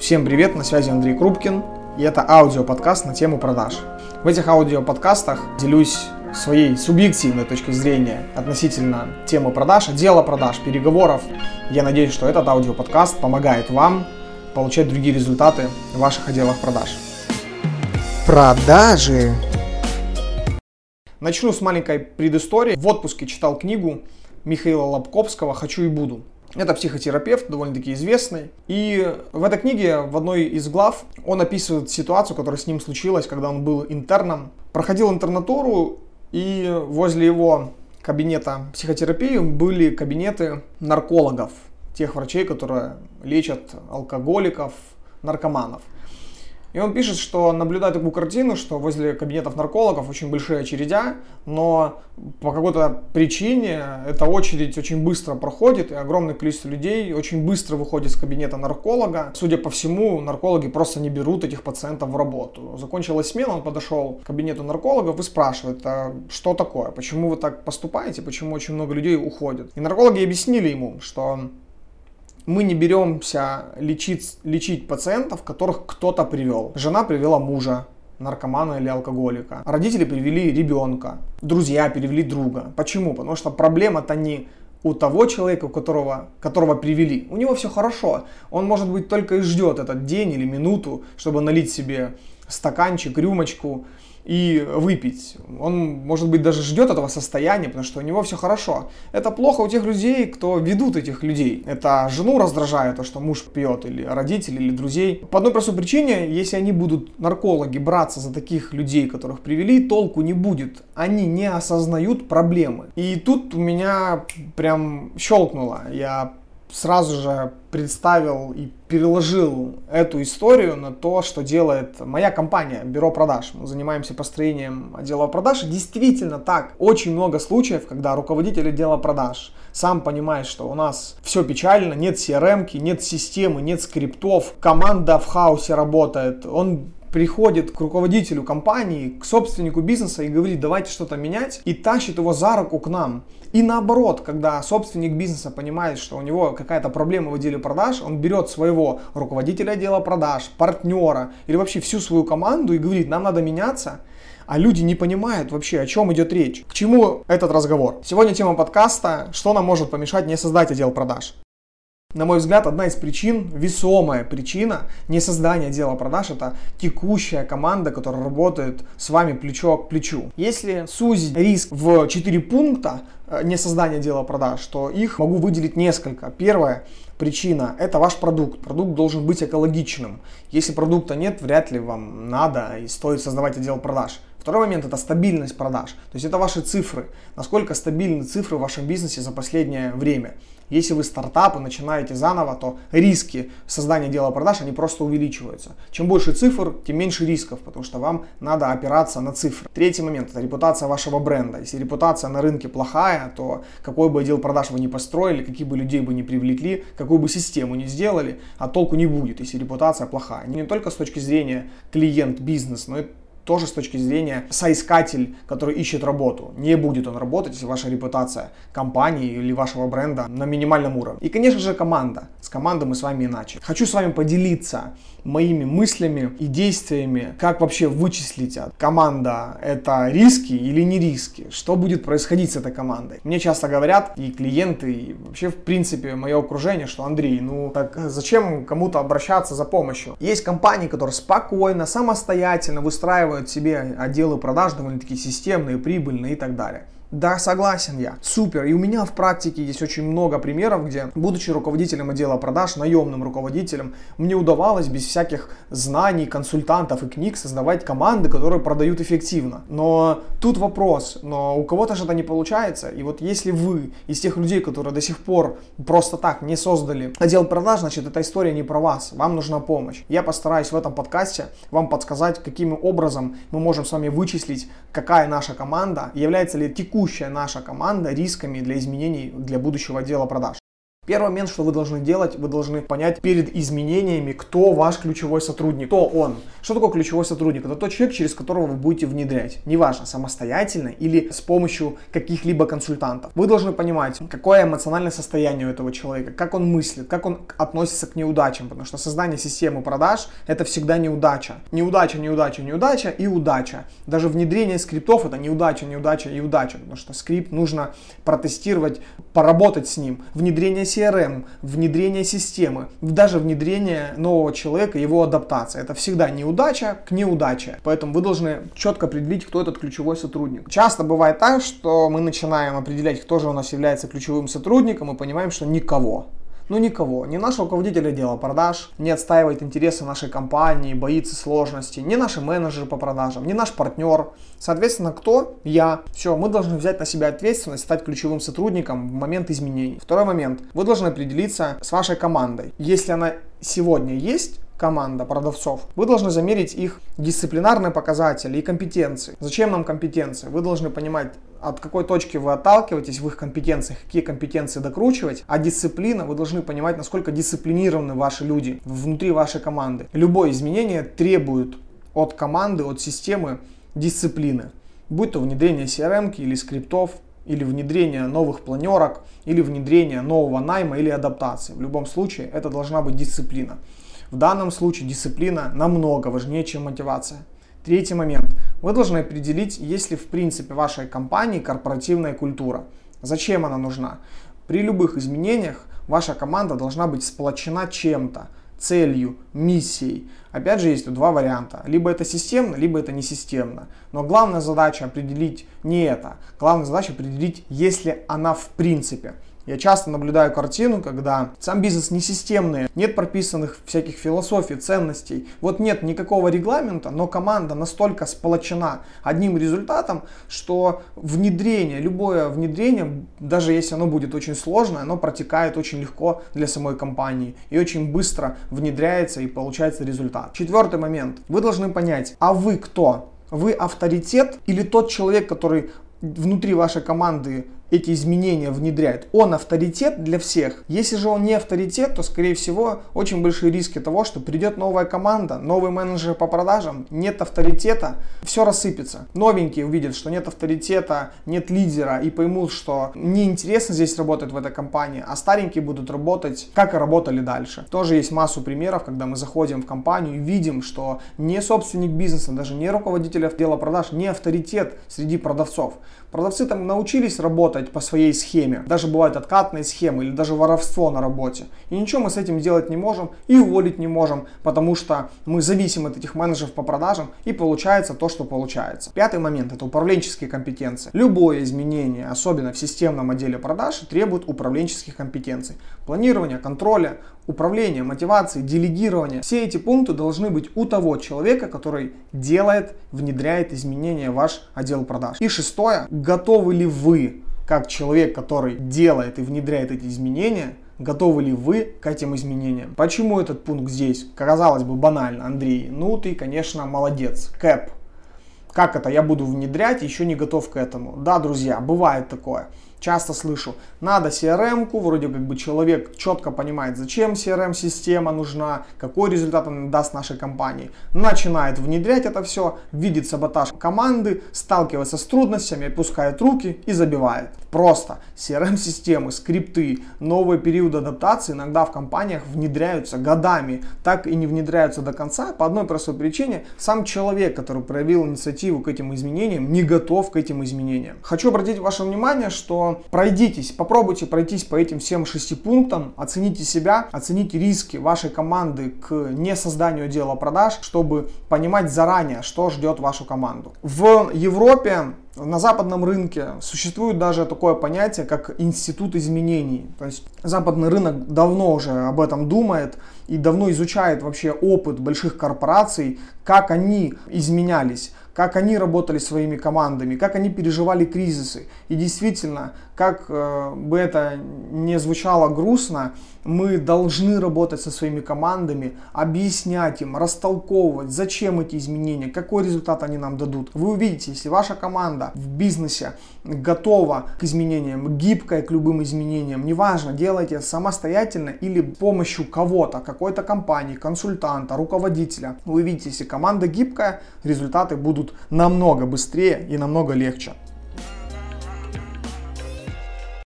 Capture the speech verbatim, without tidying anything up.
Всем привет, на связи Андрей Крупкин, и это аудиоподкаст на тему продаж. В этих аудиоподкастах делюсь своей субъективной точкой зрения относительно темы продаж, отдела продаж, переговоров. Я надеюсь, что этот аудиоподкаст помогает вам получать другие результаты в ваших отделах продаж. Продажи. Начну с маленькой предыстории. В отпуске читал книгу Михаила Лобковского «Хочу и буду». Это психотерапевт, довольно-таки известный. И в этой книге, в одной из глав, он описывает ситуацию, которая с ним случилась, когда он был интерном. Проходил интернатуру, и возле его кабинета психотерапии были кабинеты наркологов, тех врачей, которые лечат алкоголиков, наркоманов. И он пишет, что наблюдает такую картину, что возле кабинетов наркологов очень большие очередя, но по какой-то причине эта очередь очень быстро проходит, и огромное количество людей очень быстро выходит из кабинета нарколога. Судя по всему, наркологи просто не берут этих пациентов в работу. Закончилась смена, он подошел к кабинету наркологов и спрашивает, а что такое, почему вы так поступаете, почему очень много людей уходит. И наркологи объяснили ему, что мы не беремся лечить, лечить пациентов, которых кто-то привел. Жена привела мужа, наркомана или алкоголика. Родители привели ребенка. Друзья привели друга. Почему? Потому что проблема-то не у того человека, у которого, которого привели. У него все хорошо. Он, может быть, только и ждет этот день или минуту, чтобы налить себе стаканчик, рюмочку и выпить. Он, может быть, даже ждет этого состояния, потому что у него все хорошо. Это плохо у тех людей, кто ведут этих людей. Это жену раздражает, то, что муж пьет, или родители, или друзей. По одной простой причине, если они будут, наркологи, браться за таких людей, которых привели, толку не будет. Они не осознают проблемы. И тут у меня прям щелкнуло. Я сразу же представил и переложил эту историю на то, что делает моя компания, бюро продаж. Мы занимаемся построением отдела продаж. И действительно так. Очень много случаев, когда руководитель отдела продаж сам понимает, что у нас все печально, нет си эр эм-ки, нет системы, нет скриптов, команда в хаосе работает. Он приходит к руководителю компании, к собственнику бизнеса и говорит, давайте что-то менять, и тащит его за руку к нам. И наоборот, когда собственник бизнеса понимает, что у него какая-то проблема в отделе продаж, он берет своего руководителя отдела продаж, партнера или вообще всю свою команду и говорит, нам надо меняться, а люди не понимают вообще, о чем идет речь. К чему этот разговор? Сегодня тема подкаста, что нам может помешать не создать отдел продаж. На мой взгляд, одна из причин, весомая причина не создания отдела продаж, это текущая команда, которая работает с вами плечо к плечу. Если сузить риск в четыре пункта не создания отдела продаж, то их могу выделить несколько. Первая причина – это ваш продукт. Продукт должен быть экологичным. Если продукта нет, вряд ли вам надо и стоит создавать отдел продаж. Второй момент – это стабильность продаж. То есть это ваши цифры. Насколько стабильны цифры в вашем бизнесе за последнее время. Если вы стартап и начинаете заново, то риски создания отдела продаж, они просто увеличиваются. Чем больше цифр, тем меньше рисков, потому что вам надо опираться на цифры. Третий момент – это репутация вашего бренда. Если репутация на рынке плохая, то какой бы отдел продаж вы ни построили, каких бы людей бы ни привлекли, какую бы систему ни сделали, а толку не будет, если репутация плохая. Не только с точки зрения клиент, бизнес, но и тоже с точки зрения соискатель, который ищет работу. Не будет он работать, если ваша репутация компании или вашего бренда на минимальном уровне. И, конечно же, команда. С командой мы с вами иначе. Хочу с вами поделиться моими мыслями и действиями, как вообще вычислить, команда это риски или не риски, что будет происходить с этой командой. Мне часто говорят и клиенты, и вообще в принципе мое окружение, что Андрей, ну так зачем кому-то обращаться за помощью? Есть компании, которые спокойно, самостоятельно выстраивают себе отделы продаж, довольно-таки системные, прибыльные и так далее. Да, согласен я. Супер. И у меня в практике есть очень много примеров, где, будучи руководителем отдела продаж, наемным руководителем, мне удавалось без всяких знаний, консультантов и книг создавать команды, которые продают эффективно. Но тут вопрос, но у кого-то же это не получается. И вот если вы из тех людей, которые до сих пор просто так не создали отдел продаж, значит эта история не про вас. Вам нужна помощь. Я постараюсь в этом подкасте вам подсказать, каким образом мы можем с вами вычислить, какая наша команда, является ли текущая наша команда рисками для изменений для будущего отдела продаж. Первый момент, что вы должны делать, вы должны понять перед изменениями, кто ваш ключевой сотрудник, кто он. Что такое ключевой сотрудник? Это тот человек, через которого вы будете внедрять. Неважно, самостоятельно или с помощью каких-либо консультантов. Вы должны понимать, какое эмоциональное состояние у этого человека, как он мыслит, как он относится к неудачам. Потому что создание системы продаж – это всегда неудача. Неудача, неудача, неудача и удача. Даже внедрение скриптов – это неудача, неудача и удача. Потому что скрипт нужно протестировать, поработать с ним. Внедрение си эр эм, внедрение системы, даже внедрение нового человека, его адаптация. Это всегда неудача к неудаче. Поэтому вы должны четко определить, кто этот ключевой сотрудник. Часто бывает так, что мы начинаем определять, кто же у нас является ключевым сотрудником, и понимаем, что никого. Ну никого, ни наш руководитель отдела продаж не отстаивает интересы нашей компании, боится сложностей, ни наши менеджеры по продажам, ни наш партнер. Соответственно, кто? Я. Все, мы должны взять на себя ответственность, стать ключевым сотрудником в момент изменений. Второй момент. Вы должны определиться с вашей командой. Если она сегодня есть, команда продавцов, вы должны замерить их дисциплинарные показатели и компетенции. Зачем нам компетенции? Вы должны понимать, от какой точки вы отталкиваетесь в их компетенциях, какие компетенции докручивать, а дисциплина, вы должны понимать, насколько дисциплинированы ваши люди внутри вашей команды. Любое изменение требует от команды, от системы дисциплины. Будь то внедрение си эр эм или скриптов, или внедрение новых планерок, или внедрение нового найма или адаптации. В любом случае, это должна быть дисциплина. В данном случае дисциплина намного важнее, чем мотивация. Третий момент. Вы должны определить, есть ли в принципе в вашей компании корпоративная культура. Зачем она нужна? При любых изменениях ваша команда должна быть сплочена чем-то, целью, миссией. Опять же, есть два варианта. Либо это системно, либо это не системно. Но главная задача определить не это. Главная задача определить, есть ли она в принципе. Я часто наблюдаю картину, когда сам бизнес не системный, нет прописанных всяких философий, ценностей. Вот нет никакого регламента, но команда настолько сплочена одним результатом, что внедрение, любое внедрение, даже если оно будет очень сложное, оно протекает очень легко для самой компании и очень быстро внедряется и получается результат. Четвертый момент. Вы должны понять, а вы кто? Вы авторитет или тот человек, который внутри вашей команды эти изменения внедряет, он авторитет для всех. Если же он не авторитет, то, скорее всего, очень большие риски того, что придет новая команда, новый менеджер по продажам, нет авторитета, все рассыпется. Новенькие увидят, что нет авторитета, нет лидера и поймут, что неинтересно здесь работать в этой компании, а старенькие будут работать, как и работали дальше. Тоже есть массу примеров, когда мы заходим в компанию и видим, что не собственник бизнеса, даже не руководитель отдела продаж, не авторитет среди продавцов. Продавцы там научились работать по своей схеме. Даже бывают откатные схемы или даже воровство на работе. И ничего мы с этим делать не можем и уволить не можем, потому что мы зависим от этих менеджеров по продажам и получается то, что получается. Пятый момент – это управленческие компетенции. Любое изменение, особенно в системном отделе продаж, требует управленческих компетенций. Планирования, контроля, управления, мотивации, делегирования. Все эти пункты должны быть у того человека, который делает, внедряет изменения в ваш отдел продаж. И шестое. Готовы ли вы, как человек, который делает и внедряет эти изменения, готовы ли вы к этим изменениям? Почему этот пункт здесь? Казалось бы, банально, Андрей. Ну, ты, конечно, молодец. Кэп. Как это я буду внедрять, еще не готов к этому? Да, друзья, бывает такое. Часто слышу, надо си эр эм-ку, вроде как бы человек четко понимает, зачем си эр эм-система нужна, какой результат она даст нашей компании. Начинает внедрять это все, видит саботаж команды, сталкивается с трудностями, опускает руки и забивает. Просто си эр эм-системы, скрипты, новый период адаптации иногда в компаниях внедряются годами, так и не внедряются до конца по одной простой причине. Сам человек, который проявил инициативу к этим изменениям, не готов к этим изменениям. Хочу обратить ваше внимание, что пройдитесь, попробуйте пройтись по этим всем шести пунктам, оцените себя, оцените риски вашей команды к несозданию отдела продаж, чтобы понимать заранее, что ждет вашу команду. В Европе, на западном рынке существует даже такое понятие, как институт изменений. То есть западный рынок давно уже об этом думает и давно изучает вообще опыт больших корпораций, как они изменялись, как они работали своими командами, как они переживали кризисы. И действительно, как э, бы это ни звучало грустно, мы должны работать со своими командами, объяснять им, растолковывать, зачем эти изменения, какой результат они нам дадут. Вы увидите, если ваша команда в бизнесе готова к изменениям, гибкая к любым изменениям, неважно, делайте самостоятельно или с помощью кого-то, какой-то компании, консультанта, руководителя. Вы увидите, если команда гибкая, результаты будут намного быстрее и намного легче.